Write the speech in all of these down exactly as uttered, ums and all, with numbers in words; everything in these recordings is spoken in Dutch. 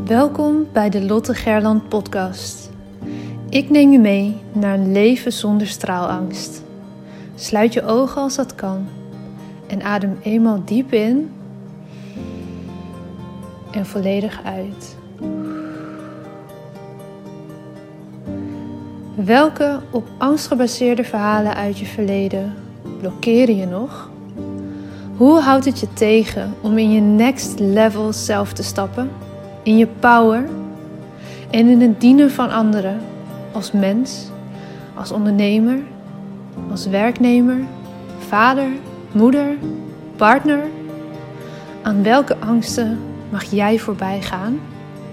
Welkom bij de Lotte Gerland podcast. Ik neem je mee naar een leven zonder straalangst. Sluit je ogen als dat kan en adem eenmaal diep in en volledig uit. Welke op angst gebaseerde verhalen uit je verleden blokkeren je nog? Hoe houdt het je tegen om in je next level zelf te stappen? In je power en in het dienen van anderen als mens, als ondernemer, als werknemer, vader, moeder, partner. Aan welke angsten mag jij voorbij gaan?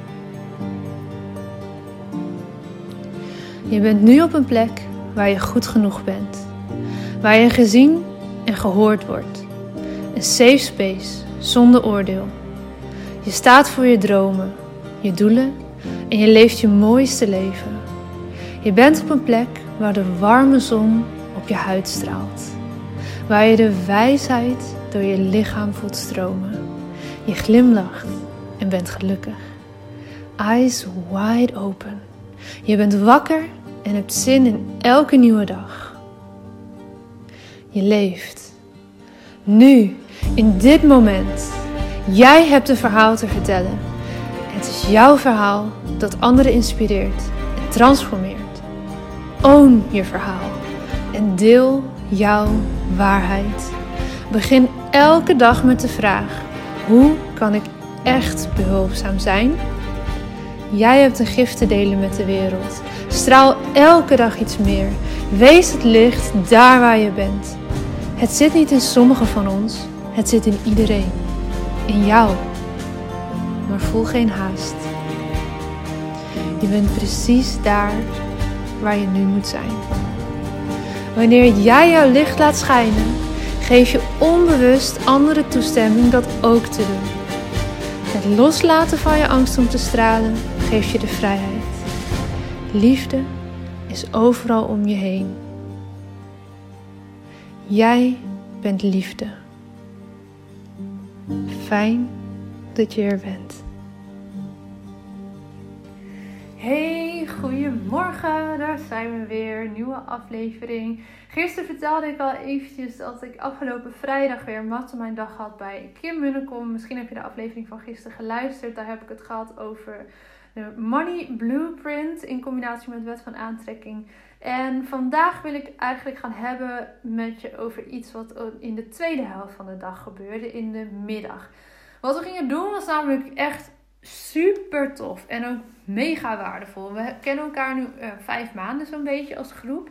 Je bent nu op een plek waar je goed genoeg bent, waar je gezien en gehoord wordt. Een safe space zonder oordeel. Je staat voor je dromen, je doelen en je leeft je mooiste leven. Je bent op een plek waar de warme zon op je huid straalt. Waar je de wijsheid door je lichaam voelt stromen. Je glimlacht en bent gelukkig. Eyes wide open. Je bent wakker en hebt zin in elke nieuwe dag. Je leeft. Nu, in dit moment. Jij hebt een verhaal te vertellen. Het is jouw verhaal dat anderen inspireert en transformeert. Own je verhaal en deel jouw waarheid. Begin elke dag met de vraag: hoe kan ik echt behulpzaam zijn? Jij hebt een gift te delen met de wereld. Straal elke dag iets meer. Wees het licht daar waar je bent. Het zit niet in sommigen van ons, het zit in iedereen. In jou. Maar voel geen haast. Je bent precies daar waar je nu moet zijn. Wanneer jij jouw licht laat schijnen, geef je onbewust anderen toestemming dat ook te doen. Het loslaten van je angst om te stralen geeft je de vrijheid. Liefde is overal om je heen. Jij bent liefde. Fijn dat je er bent. Hey, goedemorgen. Daar zijn we weer. Nieuwe aflevering. Gisteren vertelde ik al eventjes dat ik afgelopen vrijdag weer een mastermind dag had bij Kim Munnekom. Misschien heb je de aflevering van gisteren geluisterd. Daar heb ik het gehad over de Money Blueprint in combinatie met wet van aantrekking. En vandaag wil ik eigenlijk gaan hebben met je over iets wat in de tweede helft van de dag gebeurde, in de middag. Wat we gingen doen was namelijk echt super tof en ook mega waardevol. We kennen elkaar nu uh, vijf maanden zo'n beetje als groep.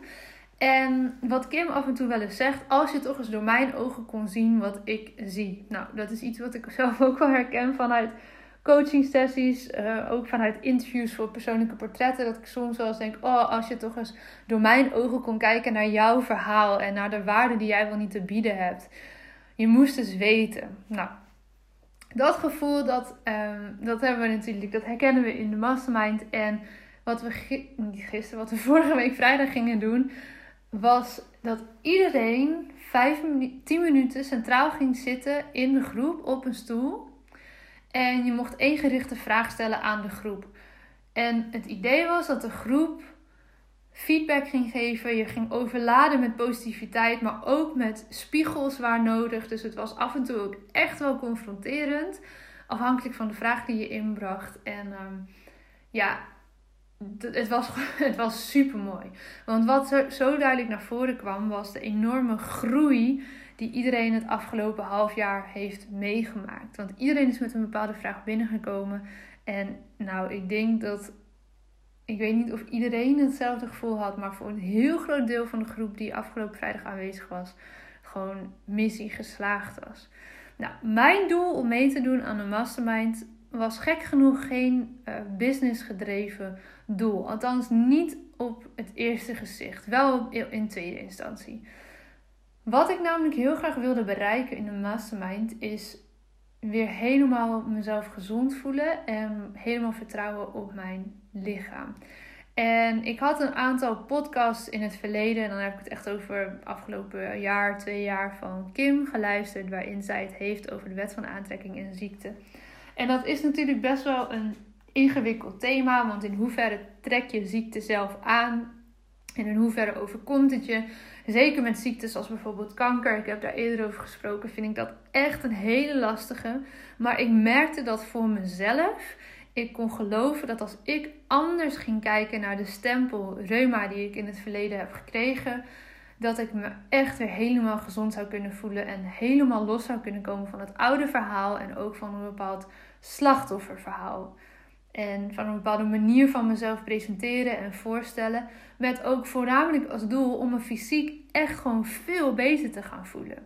En wat Kim af en toe wel eens zegt, als je toch eens door mijn ogen kon zien wat ik zie. Nou, dat is iets wat ik zelf ook wel herken vanuit coaching sessies, uh, ook vanuit interviews voor persoonlijke portretten, dat ik soms wel eens denk, oh, als je toch eens door mijn ogen kon kijken naar jouw verhaal en naar de waarde die jij wel niet te bieden hebt. Je moest eens weten. Nou, dat gevoel, dat, um, dat hebben we natuurlijk, dat herkennen we in de mastermind. En wat we, gi- niet gisteren, wat we vorige week vrijdag gingen doen, was dat iedereen vijf minu- tien minuten centraal ging zitten in de groep op een stoel. En je mocht één gerichte vraag stellen aan de groep. En het idee was dat de groep feedback ging geven. Je ging overladen met positiviteit, maar ook met spiegels waar nodig. Dus het was af en toe ook echt wel confronterend. Afhankelijk van de vraag die je inbracht. En um, ja, het was, het was super mooi. Want wat zo, zo duidelijk naar voren kwam, was de enorme groei die iedereen het afgelopen half jaar heeft meegemaakt. Want iedereen is met een bepaalde vraag binnengekomen. En nou, ik denk dat, ik weet niet of iedereen hetzelfde gevoel had, maar voor een heel groot deel van de groep die afgelopen vrijdag aanwezig was, gewoon missie geslaagd was. Nou, mijn doel om mee te doen aan de mastermind was gek genoeg geen uh, business gedreven doel. Althans niet op het eerste gezicht, wel in tweede instantie. Wat ik namelijk heel graag wilde bereiken in de mastermind is weer helemaal mezelf gezond voelen en helemaal vertrouwen op mijn lichaam. En ik had een aantal podcasts in het verleden, en dan heb ik het echt over afgelopen jaar, twee jaar van Kim geluisterd, waarin zij het heeft over de wet van aantrekking en ziekte. En dat is natuurlijk best wel een ingewikkeld thema. Want in hoeverre trek je ziekte zelf aan? En in hoeverre overkomt het je? Zeker met ziektes als bijvoorbeeld kanker. Ik heb daar eerder over gesproken. Vind ik dat echt een hele lastige. Maar ik merkte dat voor mezelf. Ik kon geloven dat als ik anders ging kijken naar de stempel reuma die ik in het verleden heb gekregen, dat ik me echt weer helemaal gezond zou kunnen voelen en helemaal los zou kunnen komen van het oude verhaal en ook van een bepaald slachtofferverhaal. En van een bepaalde manier van mezelf presenteren en voorstellen. Met ook voornamelijk als doel om me fysiek echt gewoon veel beter te gaan voelen.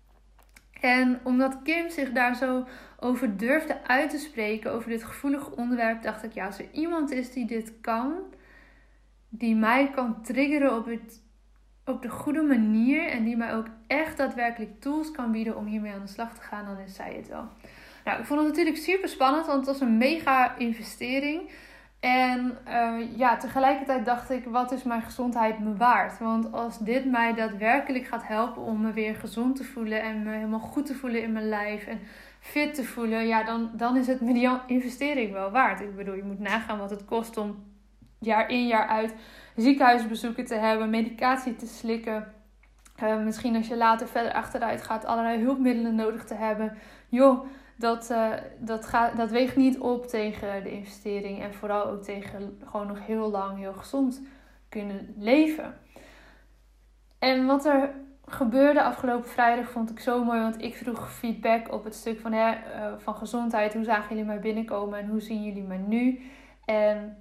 En omdat Kim zich daar zo over durfde uit te spreken, over dit gevoelige onderwerp, dacht ik, ja, als er iemand is die dit kan, die mij kan triggeren op, het, op de goede manier en die mij ook echt daadwerkelijk tools kan bieden om hiermee aan de slag te gaan, dan is zij het wel. Nou, ik vond het natuurlijk super spannend, want het was een mega investering. En uh, ja, tegelijkertijd dacht ik, wat is mijn gezondheid me waard? Want als dit mij daadwerkelijk gaat helpen om me weer gezond te voelen en me helemaal goed te voelen in mijn lijf en fit te voelen, ja, dan, dan is het me die investering wel waard. Ik bedoel, je moet nagaan wat het kost om jaar in jaar uit ziekenhuisbezoeken te hebben, medicatie te slikken. Uh, misschien als je later verder achteruit gaat, allerlei hulpmiddelen nodig te hebben. Joh, dat, uh, dat, gaat, dat weegt niet op tegen de investering. En vooral ook tegen gewoon nog heel lang heel gezond kunnen leven. En wat er gebeurde afgelopen vrijdag vond ik zo mooi. Want ik vroeg feedback op het stuk van, hè, uh, van gezondheid. Hoe zagen jullie mij binnenkomen en hoe zien jullie mij nu? En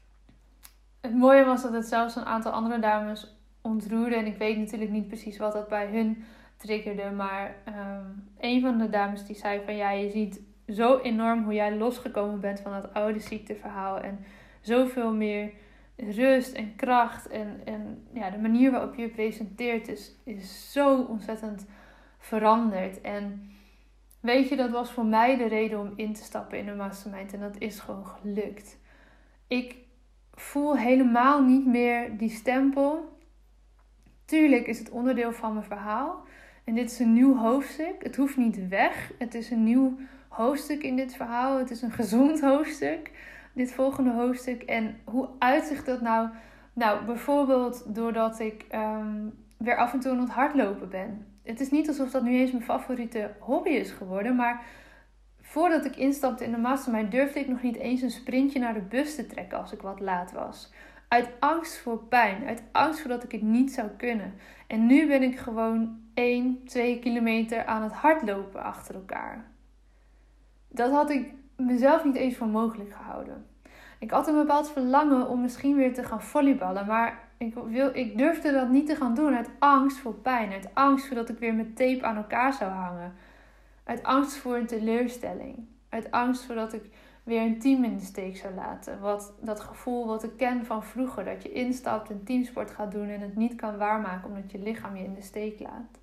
het mooie was dat het zelfs een aantal andere dames ontroerde. En ik weet natuurlijk niet precies wat dat bij hun triggerde. Maar um, een van de dames die zei van, ja, je ziet zo enorm hoe jij losgekomen bent van dat oude ziekteverhaal. En zoveel meer rust en kracht. En, en ja, de manier waarop je je presenteert is, is zo ontzettend veranderd. En weet je, dat was voor mij de reden om in te stappen in de mastermind. En dat is gewoon gelukt. Ik voel helemaal niet meer die stempel. Tuurlijk is het onderdeel van mijn verhaal. En dit is een nieuw hoofdstuk. Het hoeft niet weg. Het is een nieuw hoofdstuk in dit verhaal. Het is een gezond hoofdstuk. Dit volgende hoofdstuk. En hoe uitzicht dat nou? Nou, bijvoorbeeld doordat ik um, weer af en toe aan het hardlopen ben. Het is niet alsof dat nu eens mijn favoriete hobby is geworden. Maar voordat ik instapte in de mastermind durfde ik nog niet eens een sprintje naar de bus te trekken als ik wat laat was. Uit angst voor pijn. Uit angst voor dat ik het niet zou kunnen. En nu ben ik gewoon één, twee kilometer aan het hardlopen achter elkaar. Dat had ik mezelf niet eens voor mogelijk gehouden. Ik had een bepaald verlangen om misschien weer te gaan volleyballen. Maar ik, wil, ik durfde dat niet te gaan doen uit angst voor pijn. Uit angst voor dat ik weer met tape aan elkaar zou hangen. Uit angst voor een teleurstelling. Uit angst voor dat ik weer een team in de steek zou laten. Wat, dat gevoel wat ik ken van vroeger. Dat je instapt en teamsport gaat doen en het niet kan waarmaken omdat je lichaam je in de steek laat.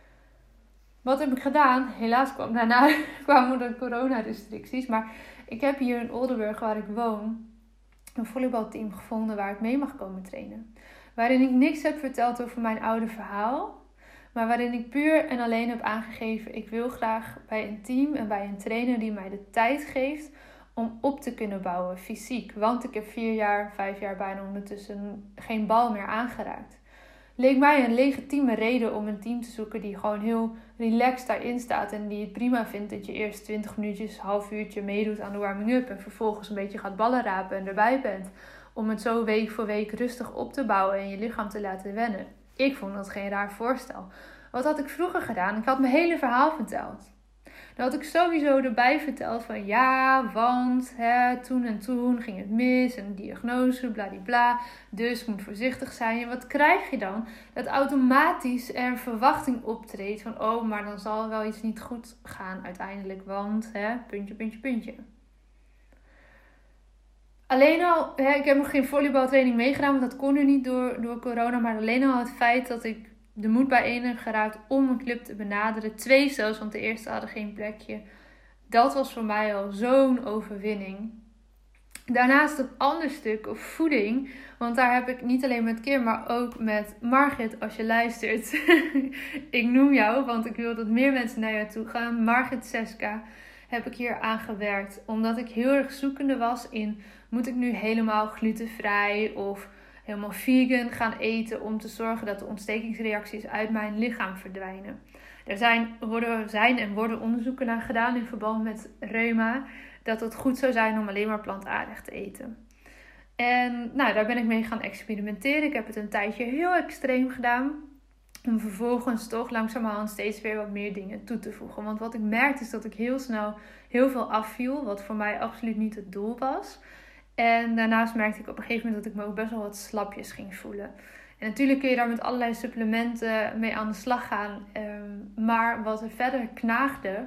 Wat heb ik gedaan? Helaas kwam daarna kwamen de coronarestricties. Maar ik heb hier in Oldenburg, waar ik woon, een volleybalteam gevonden waar ik mee mag komen trainen. Waarin ik niks heb verteld over mijn oude verhaal. Maar waarin ik puur en alleen heb aangegeven, ik wil graag bij een team en bij een trainer die mij de tijd geeft om op te kunnen bouwen, fysiek. Want ik heb vier jaar, vijf jaar bijna ondertussen geen bal meer aangeraakt. Leek mij een legitieme reden om een team te zoeken die gewoon heel relaxed daarin staat. En die het prima vindt dat je eerst twintig minuutjes, half uurtje meedoet aan de warming-up. En vervolgens een beetje gaat ballen rapen en erbij bent. Om het zo week voor week rustig op te bouwen en je lichaam te laten wennen. Ik vond dat geen raar voorstel. Wat had ik vroeger gedaan? Ik had mijn hele verhaal verteld. Dan had ik sowieso erbij verteld van ja, want hè, toen en toen ging het mis en diagnose, bladibla. Dus ik moet voorzichtig zijn. En wat krijg je dan? Dat automatisch er een verwachting optreedt van oh, maar dan zal wel iets niet goed gaan uiteindelijk. Want hè, puntje, puntje, puntje. Alleen al, hè, ik heb nog geen volleybaltraining meegedaan, want dat kon nu niet door, door corona. Maar alleen al het feit dat ik de moed bijeen heb geraakt om een club te benaderen. Twee zelfs, want de eerste hadden geen plekje. Dat was voor mij al zo'n overwinning. Daarnaast een ander stuk, of voeding. Want daar heb ik niet alleen met Kim, maar ook met Margit, als je luistert. Ik noem jou, want ik wil dat meer mensen naar jou toe gaan. Margit Seska heb ik hier aan gewerkt. Omdat ik heel erg zoekende was in, moet ik nu helemaal glutenvrij of helemaal vegan gaan eten om te zorgen dat de ontstekingsreacties uit mijn lichaam verdwijnen. Er zijn, worden, zijn en worden onderzoeken naar gedaan in verband met reuma, dat het goed zou zijn om alleen maar plantaardig te eten. En nou, daar ben ik mee gaan experimenteren. Ik heb het een tijdje heel extreem gedaan. Om vervolgens toch langzamerhand steeds weer wat meer dingen toe te voegen. Want wat ik merkte is dat ik heel snel heel veel afviel. Wat voor mij absoluut niet het doel was. En daarnaast merkte ik op een gegeven moment dat ik me ook best wel wat slapjes ging voelen. En natuurlijk kun je daar met allerlei supplementen mee aan de slag gaan. Um, maar wat er verder knaagde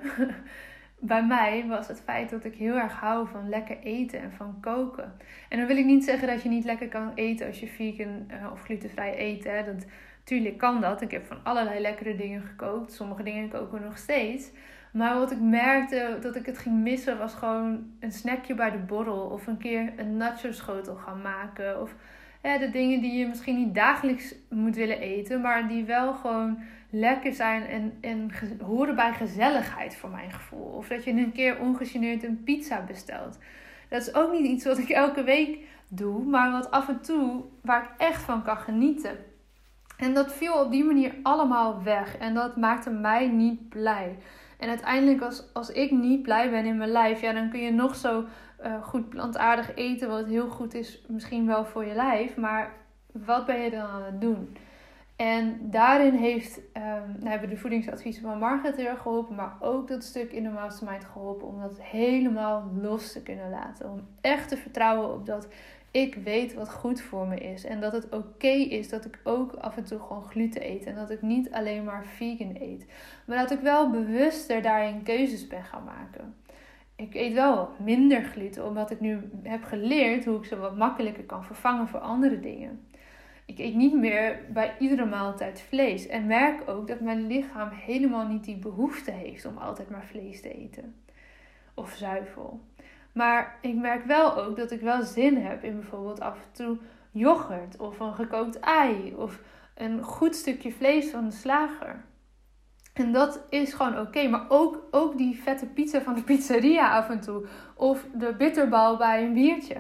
bij mij was het feit dat ik heel erg hou van lekker eten en van koken. En dan wil ik niet zeggen dat je niet lekker kan eten als je vegan uh, of glutenvrij eet. Hè. Dat, tuurlijk kan dat. Ik heb van allerlei lekkere dingen gekookt. Sommige dingen koken we nog steeds. Maar wat ik merkte dat ik het ging missen was gewoon een snackje bij de borrel. Of een keer een nacho schotel gaan maken. Of ja, de dingen die je misschien niet dagelijks moet willen eten. Maar die wel gewoon lekker zijn en, en ge- horen bij gezelligheid voor mijn gevoel. Of dat je een keer ongegeneerd een pizza bestelt. Dat is ook niet iets wat ik elke week doe. Maar wat af en toe waar ik echt van kan genieten. En dat viel op die manier allemaal weg. En dat maakte mij niet blij. En uiteindelijk als, als ik niet blij ben in mijn lijf, ja, dan kun je nog zo uh, goed plantaardig eten, wat heel goed is misschien wel voor je lijf. Maar wat ben je dan aan het doen? En daarin heeft, um, nou hebben de voedingsadviezen van Margaret heel erg geholpen. Maar ook dat stuk in de mastermind geholpen. Om dat helemaal los te kunnen laten. Om echt te vertrouwen op dat ik weet wat goed voor me is. En dat het oké is dat ik ook af en toe gewoon gluten eet. En dat ik niet alleen maar vegan eet. Maar dat ik wel bewuster daarin keuzes ben gaan maken. Ik eet wel wat minder gluten. Omdat ik nu heb geleerd hoe ik ze wat makkelijker kan vervangen voor andere dingen. Ik eet niet meer bij iedere maaltijd vlees. En merk ook dat mijn lichaam helemaal niet die behoefte heeft om altijd maar vlees te eten. Of zuivel. Maar ik merk wel ook dat ik wel zin heb in bijvoorbeeld af en toe yoghurt. Of een gekookt ei. Of een goed stukje vlees van de slager. En dat is gewoon oké. Okay. Maar ook, ook die vette pizza van de pizzeria af en toe. Of de bitterbal bij een biertje.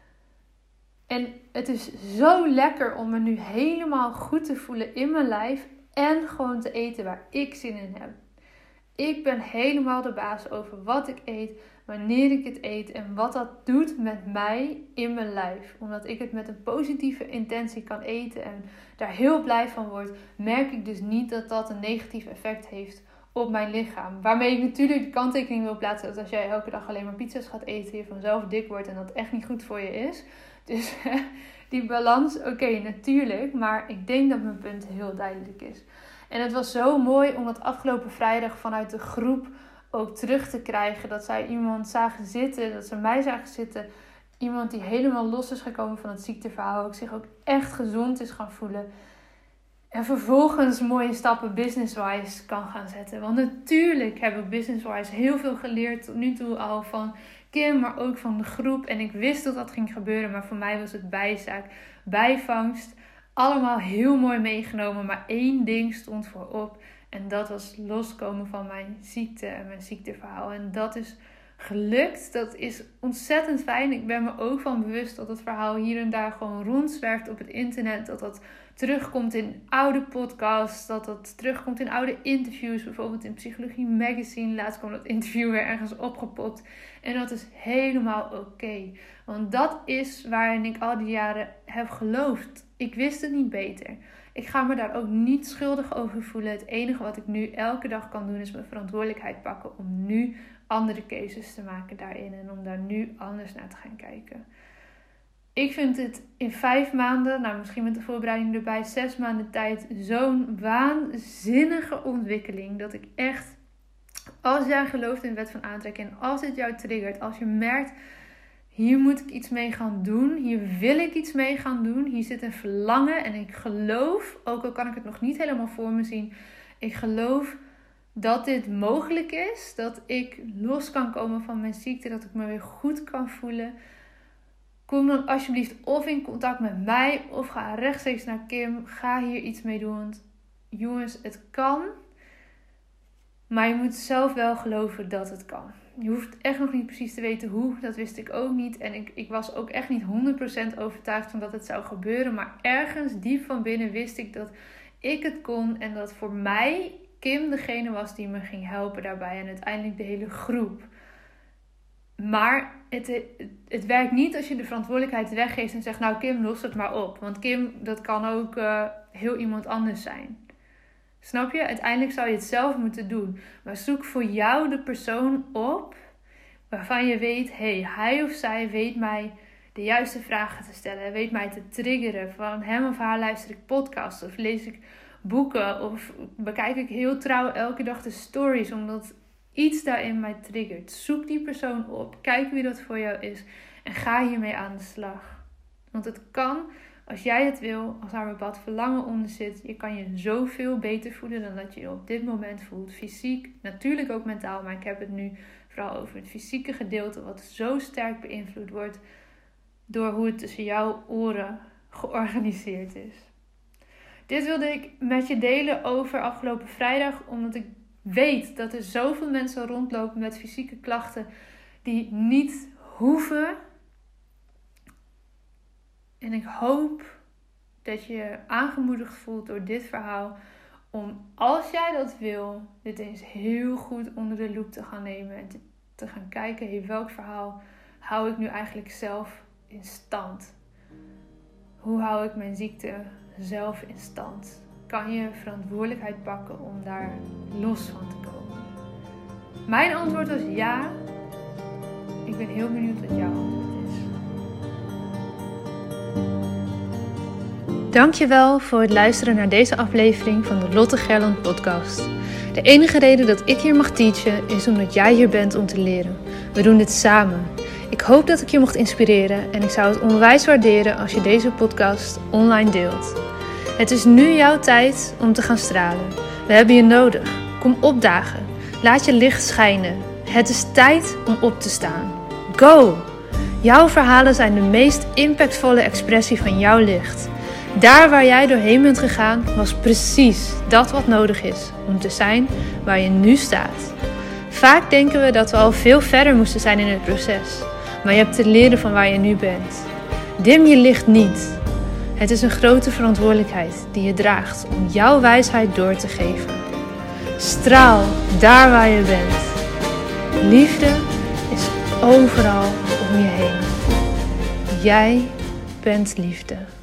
En het is zo lekker om me nu helemaal goed te voelen in mijn lijf. En gewoon te eten waar ik zin in heb. Ik ben helemaal de baas over wat ik eet. Wanneer ik het eet. En wat dat doet met mij in mijn lijf. Omdat ik het met een positieve intentie kan eten. En daar heel blij van word. Merk ik dus niet dat dat een negatief effect heeft op mijn lichaam. Waarmee ik natuurlijk de kanttekening wil plaatsen. Dat als jij elke dag alleen maar pizza's gaat eten. Je vanzelf dik wordt. En dat echt niet goed voor je is. Dus die balans, oké, okay, natuurlijk. Maar ik denk dat mijn punt heel duidelijk is. En het was zo mooi om dat afgelopen vrijdag vanuit de groep ook terug te krijgen. Dat zij iemand zagen zitten, dat ze mij zagen zitten. Iemand die helemaal los is gekomen van het ziekteverhaal. Ook zich ook echt gezond is gaan voelen. En vervolgens mooie stappen business-wise kan gaan zetten. Want natuurlijk heb ik business-wise heel veel geleerd tot nu toe al van Kim, maar ook van de groep. En ik wist dat dat ging gebeuren, maar voor mij was het bijzaak, bijvangst. Allemaal heel mooi meegenomen, maar één ding stond voorop. En dat was loskomen van mijn ziekte en mijn ziekteverhaal. En dat is gelukt. Dat is ontzettend fijn. Ik ben me ook van bewust dat het verhaal hier en daar gewoon rondzwerft op het internet. Dat dat terugkomt in oude podcasts. Dat dat terugkomt in oude interviews. Bijvoorbeeld in Psychologie Magazine. Laatst kwam dat interview weer ergens opgepopt. En dat is helemaal oké. Okay. Want dat is waarin ik al die jaren heb geloofd. Ik wist het niet beter. Ik ga me daar ook niet schuldig over voelen. Het enige wat ik nu elke dag kan doen is mijn verantwoordelijkheid pakken. Om nu andere keuzes te maken daarin. En om daar nu anders naar te gaan kijken. Ik vind het in vijf maanden, nou misschien met de voorbereiding erbij, zes maanden tijd, zo'n waanzinnige ontwikkeling. Dat ik echt, als jij gelooft in de wet van aantrekking en als dit jou triggert, als je merkt, hier moet ik iets mee gaan doen, hier wil ik iets mee gaan doen, hier zit een verlangen en ik geloof, ook al kan ik het nog niet helemaal voor me zien, ik geloof dat dit mogelijk is, dat ik los kan komen van mijn ziekte, dat ik me weer goed kan voelen. Kom dan alsjeblieft of in contact met mij of ga rechtstreeks naar Kim. Ga hier iets mee doen. Want jongens, het kan. Maar je moet zelf wel geloven dat het kan. Je hoeft echt nog niet precies te weten hoe. Dat wist ik ook niet. En ik, ik was ook echt niet honderd procent overtuigd van dat het zou gebeuren. Maar ergens diep van binnen wist ik dat ik het kon. En dat voor mij Kim degene was die me ging helpen daarbij. En uiteindelijk de hele groep. Maar het, het, het werkt niet als je de verantwoordelijkheid weggeeft en zegt, nou Kim, los het maar op. Want Kim, dat kan ook uh, heel iemand anders zijn. Snap je? Uiteindelijk zou je het zelf moeten doen. Maar zoek voor jou de persoon op waarvan je weet, hé, hey, hij of zij weet mij de juiste vragen te stellen. Hij weet mij te triggeren. Van hem of haar luister ik podcasts of lees ik boeken of bekijk ik heel trouw elke dag de stories, omdat iets daarin mij triggert. Zoek die persoon op. Kijk wie dat voor jou is. En ga hiermee aan de slag. Want het kan, als jij het wil, als daar een bepaald verlangen onder zit. Je kan je zoveel beter voelen dan dat je je op dit moment voelt. Fysiek, natuurlijk ook mentaal. Maar ik heb het nu vooral over het fysieke gedeelte. Wat zo sterk beïnvloed wordt door hoe het tussen jouw oren georganiseerd is. Dit wilde ik met je delen over afgelopen vrijdag. Omdat ik weet dat er zoveel mensen rondlopen met fysieke klachten die niet hoeven. En ik hoop dat je je aangemoedigd voelt door dit verhaal. Om, als jij dat wil, dit eens heel goed onder de loep te gaan nemen. En te, te gaan kijken, hey, welk verhaal hou ik nu eigenlijk zelf in stand? Hoe hou ik mijn ziekte zelf in stand? Kan je verantwoordelijkheid pakken om daar los van te komen? Mijn antwoord was ja. Ik ben heel benieuwd wat jouw antwoord is. Dankjewel voor het luisteren naar deze aflevering van de Lotte Gerland podcast. De enige reden dat ik hier mag teachen is omdat jij hier bent om te leren. We doen dit samen. Ik hoop dat ik je mocht inspireren en ik zou het onwijs waarderen als je deze podcast online deelt. Het is nu jouw tijd om te gaan stralen. We hebben je nodig. Kom opdagen. Laat je licht schijnen. Het is tijd om op te staan. Go! Jouw verhalen zijn de meest impactvolle expressie van jouw licht. Daar waar jij doorheen bent gegaan, was precies dat wat nodig is om te zijn waar je nu staat. Vaak denken we dat we al veel verder moesten zijn in het proces. Maar je hebt te leren van waar je nu bent. Dim je licht niet. Het is een grote verantwoordelijkheid die je draagt om jouw wijsheid door te geven. Straal daar waar je bent. Liefde is overal om je heen. Jij bent liefde.